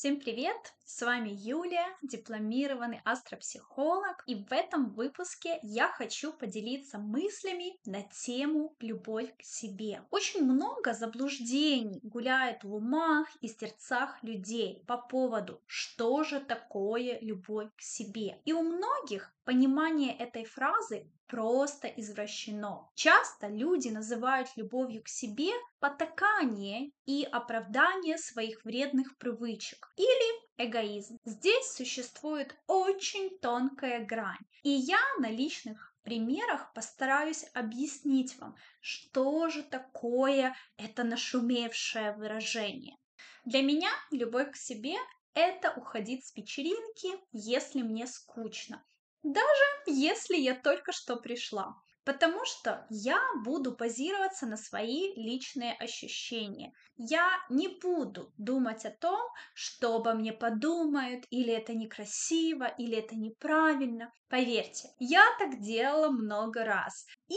Всем привет! С вами Юлия, дипломированный астропсихолог, и в этом выпуске я хочу поделиться мыслями на тему «Любовь к себе». Очень много заблуждений гуляет в умах и сердцах людей по поводу, что же такое любовь к себе. И у многих понимание этой фразы просто извращено. Часто люди называют любовью к себе потакание и оправдание своих вредных привычек или эгоизм. Здесь существует очень тонкая грань, и я на личных примерах постараюсь объяснить вам, что же такое это нашумевшее выражение. Для меня любовь к себе – это уходить с вечеринки, если мне скучно. Даже если я только что пришла. Потому что я буду базироваться на свои личные ощущения. Я не буду думать о том, что обо мне подумают, или это некрасиво, или это неправильно. Поверьте, я так делала много раз. И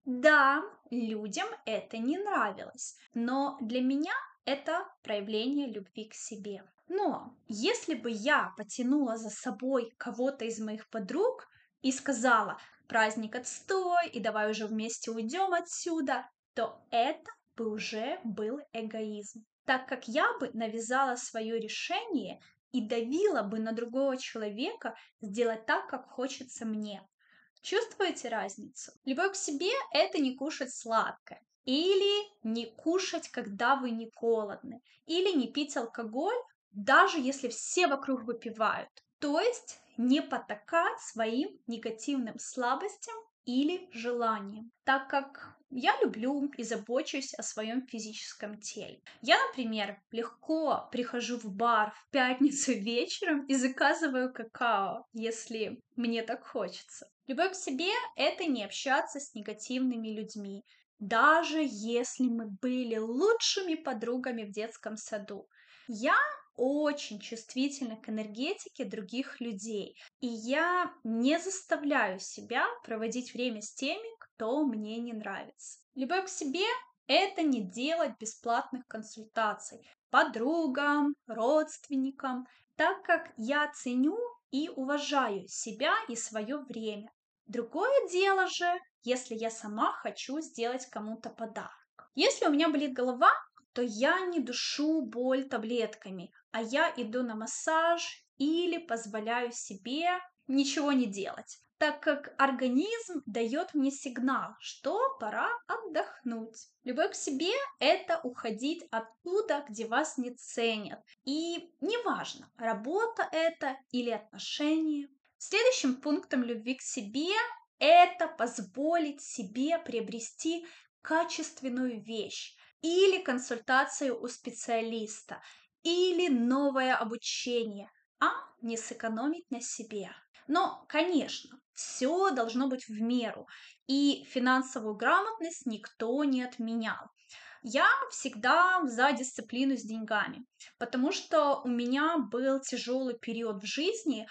да, людям это не нравилось. Но для меня это проявление любви к себе. Но если бы я потянула за собой кого-то из моих подруг и сказала: праздник отстой, и давай уже вместе уйдем отсюда, то это бы уже был эгоизм, так как я бы навязала свое решение и давила бы на другого человека сделать так, как хочется мне. Чувствуете разницу? Любовь к себе – это не кушать сладкое, или не кушать, когда вы не голодны, или не пить алкоголь, даже если все вокруг выпивают. То есть не потакать своим негативным слабостям или желаниям, так как я люблю и забочусь о своем физическом теле. Я, например, легко прихожу в бар в пятницу вечером и заказываю какао, если мне так хочется. Любовь к себе – это не общаться с негативными людьми, даже если мы были лучшими подругами в детском саду. Я очень чувствительна к энергетике других людей, и я не заставляю себя проводить время с теми, кто мне не нравится. Любовь к себе – это не делать бесплатных консультаций подругам, родственникам, так как я ценю и уважаю себя и свое время. Другое дело же, если я сама хочу сделать кому-то подарок. Если у меня болит голова, то я не душу боль таблетками, а я иду на массаж или позволяю себе ничего не делать, так как организм дает мне сигнал, что пора отдохнуть. Любовь к себе – это уходить оттуда, где вас не ценят. И неважно, работа это или отношения. Следующим пунктом любви к себе – это позволить себе приобрести качественную вещь или консультацию у специалиста, или новое обучение, а не сэкономить на себе. Но, конечно, все должно быть в меру, и финансовую грамотность никто не отменял. Я всегда за дисциплину с деньгами, потому что у меня был тяжелый период в жизни,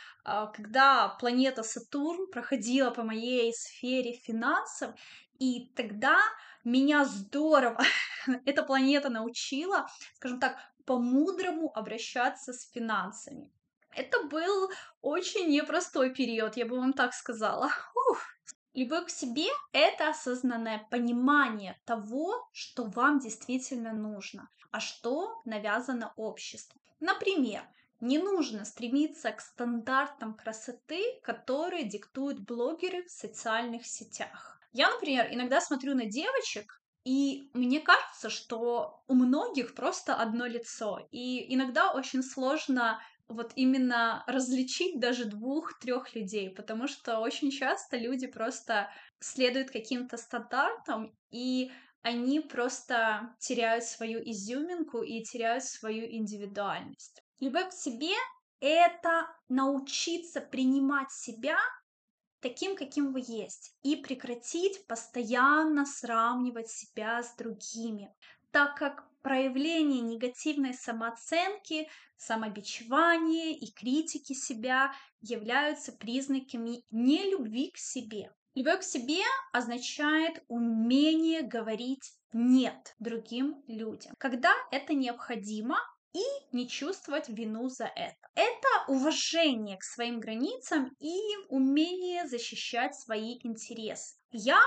когда планета Сатурн проходила по моей сфере финансов, и тогда меня здорово эта планета научила, скажем так, по-мудрому обращаться с финансами. Это был очень непростой период, я бы вам так сказала. Ух. Любовь к себе – это осознанное понимание того, что вам действительно нужно, а что навязано обществом. Например, не нужно стремиться к стандартам красоты, которые диктуют блогеры в социальных сетях. Я, например, иногда смотрю на девочек, и мне кажется, что у многих просто одно лицо. И иногда очень сложно вот именно различить даже двух-трех людей, потому что очень часто люди просто следуют каким-то стандартам, и они просто теряют свою изюминку и теряют свою индивидуальность. Любовь к себе – это научиться принимать себя таким, каким вы есть, и прекратить постоянно сравнивать себя с другими, так как проявление негативной самооценки, самобичевания и критики себя являются признаками нелюбви к себе. Любовь к себе означает умение говорить «нет» другим людям, когда это необходимо, и не чувствовать вину за это. Это уважение к своим границам и умение защищать свои интересы. Я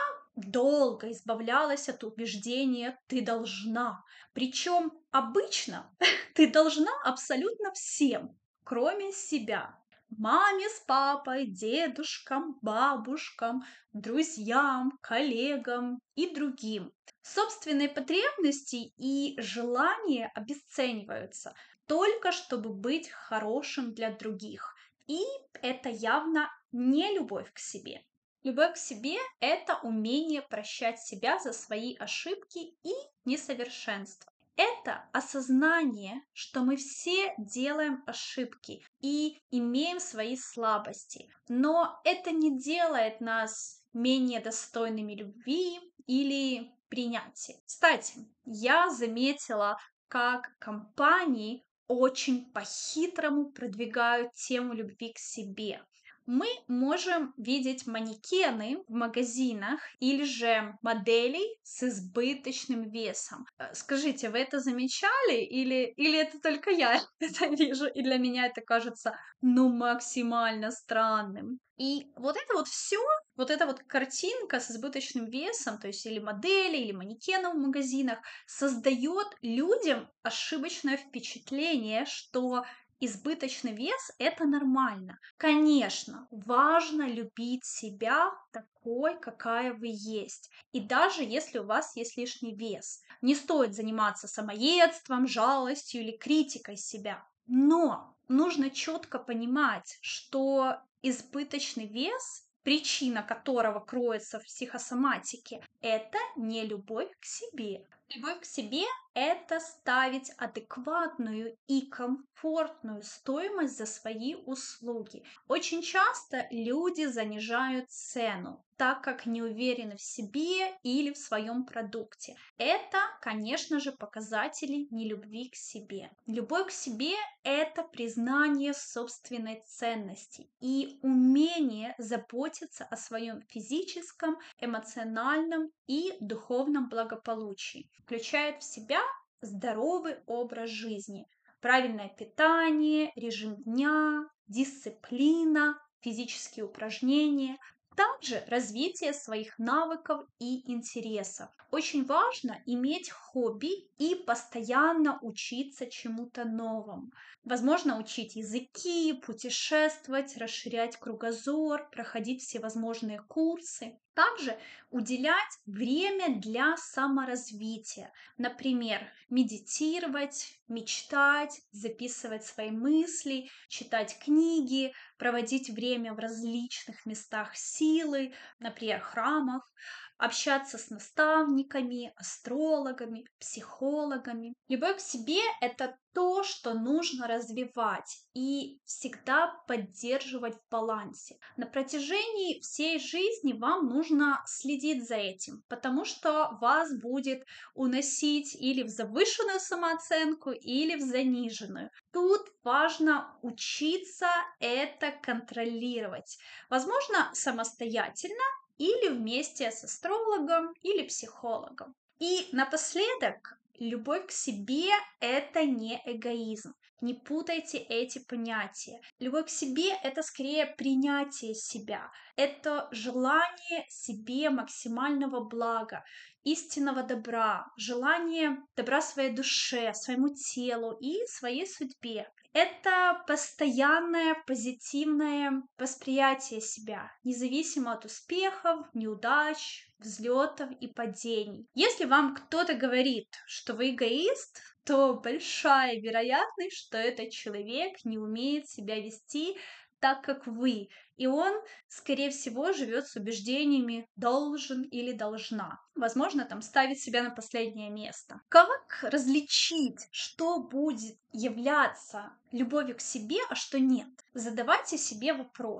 долго избавлялась от убеждения «ты должна». Причем обычно ты должна абсолютно всем, кроме себя. Маме с папой, дедушкам, бабушкам, друзьям, коллегам и другим. Собственные потребности и желания обесцениваются только чтобы быть хорошим для других. И это явно не любовь к себе. Любовь к себе– это умение прощать себя за свои ошибки и несовершенства. Это осознание, что мы все делаем ошибки и имеем свои слабости, но это не делает нас менее достойными любви или принятия. Кстати, я заметила, как компании очень по-хитрому продвигают тему любви к себе. Мы можем видеть манекены в магазинах или же моделей с избыточным весом. Скажите, вы это замечали или это только я это вижу, и для меня это кажется, максимально странным? И вот это вот все, вот эта вот картинка с избыточным весом, то есть или модели, или манекенов в магазинах, создает людям ошибочное впечатление, что избыточный вес– это нормально. Конечно, важно любить себя такой, какая вы есть. И даже если у вас есть лишний вес. Не стоит заниматься самоедством, жалостью или критикой себя. Но нужно четко понимать, что избыточный вес, причина которого кроется в психосоматике, это не любовь к себе. Любовь к себе– это ставить адекватную и комфортную стоимость за свои услуги. Очень часто люди занижают цену, так как не уверены в себе или в своем продукте. Это, конечно же, показатели нелюбви к себе. Любовь к себе– это признание собственной ценности и умение заботиться о своем физическом, эмоциональном и духовном благополучии. Включает в себя здоровый образ жизни, правильное питание, режим дня, дисциплина, физические упражнения, также развитие своих навыков и интересов. Очень важно иметь хобби и постоянно учиться чему-то новому. Возможно, учить языки, путешествовать, расширять кругозор, проходить всевозможные курсы. Также уделять время для саморазвития. Например, медитировать, мечтать, записывать свои мысли, читать книги, проводить время в различных местах силы, например, храмах, общаться с наставниками, астрологами, психологами. Любовь к себе– это то, что нужно развивать и всегда поддерживать в балансе. На протяжении всей жизни вам нужно следить за этим, потому что вас будет уносить или в завышенную самооценку, или в заниженную. Тут важно учиться это контролировать. Возможно, самостоятельно или вместе с астрологом или психологом. И напоследок, любовь к себе– это не эгоизм. Не путайте эти понятия. Любовь к себе– это скорее принятие себя. Это желание себе максимального блага, истинного добра, желание добра своей душе, своему телу и своей судьбе. Это постоянное позитивное восприятие себя, независимо от успехов, неудач, взлетов и падений. Если вам кто-то говорит, что вы эгоист, то большая вероятность, что этот человек не умеет себя вести так, как вы. И он, скорее всего, живет с убеждениями «должен» или «должна». Возможно, там ставит себя на последнее место. Как различить, что будет являться любовью к себе, а что нет? Задавайте себе вопрос.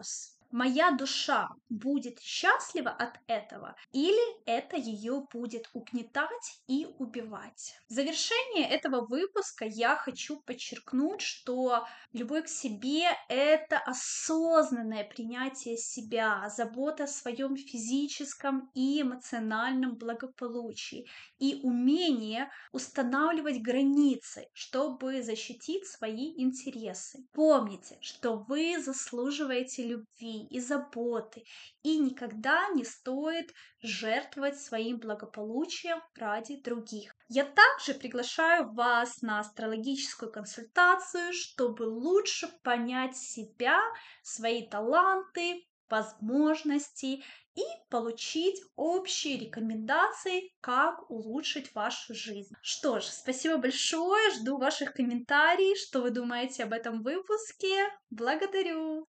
моя душа будет счастлива от этого, или это ее будет угнетать и убивать. В завершение этого выпуска я хочу подчеркнуть, что любовь к себе — это осознанное принятие себя, забота о своем физическом и эмоциональном благополучии и умение устанавливать границы, чтобы защитить свои интересы. Помните, что вы заслуживаете любви и заботы, и никогда не стоит жертвовать своим благополучием ради других. Я также приглашаю вас на астрологическую консультацию, чтобы лучше понять себя, свои таланты, возможности и получить общие рекомендации, как улучшить вашу жизнь. Что ж, спасибо большое, жду ваших комментариев, что вы думаете об этом выпуске. Благодарю!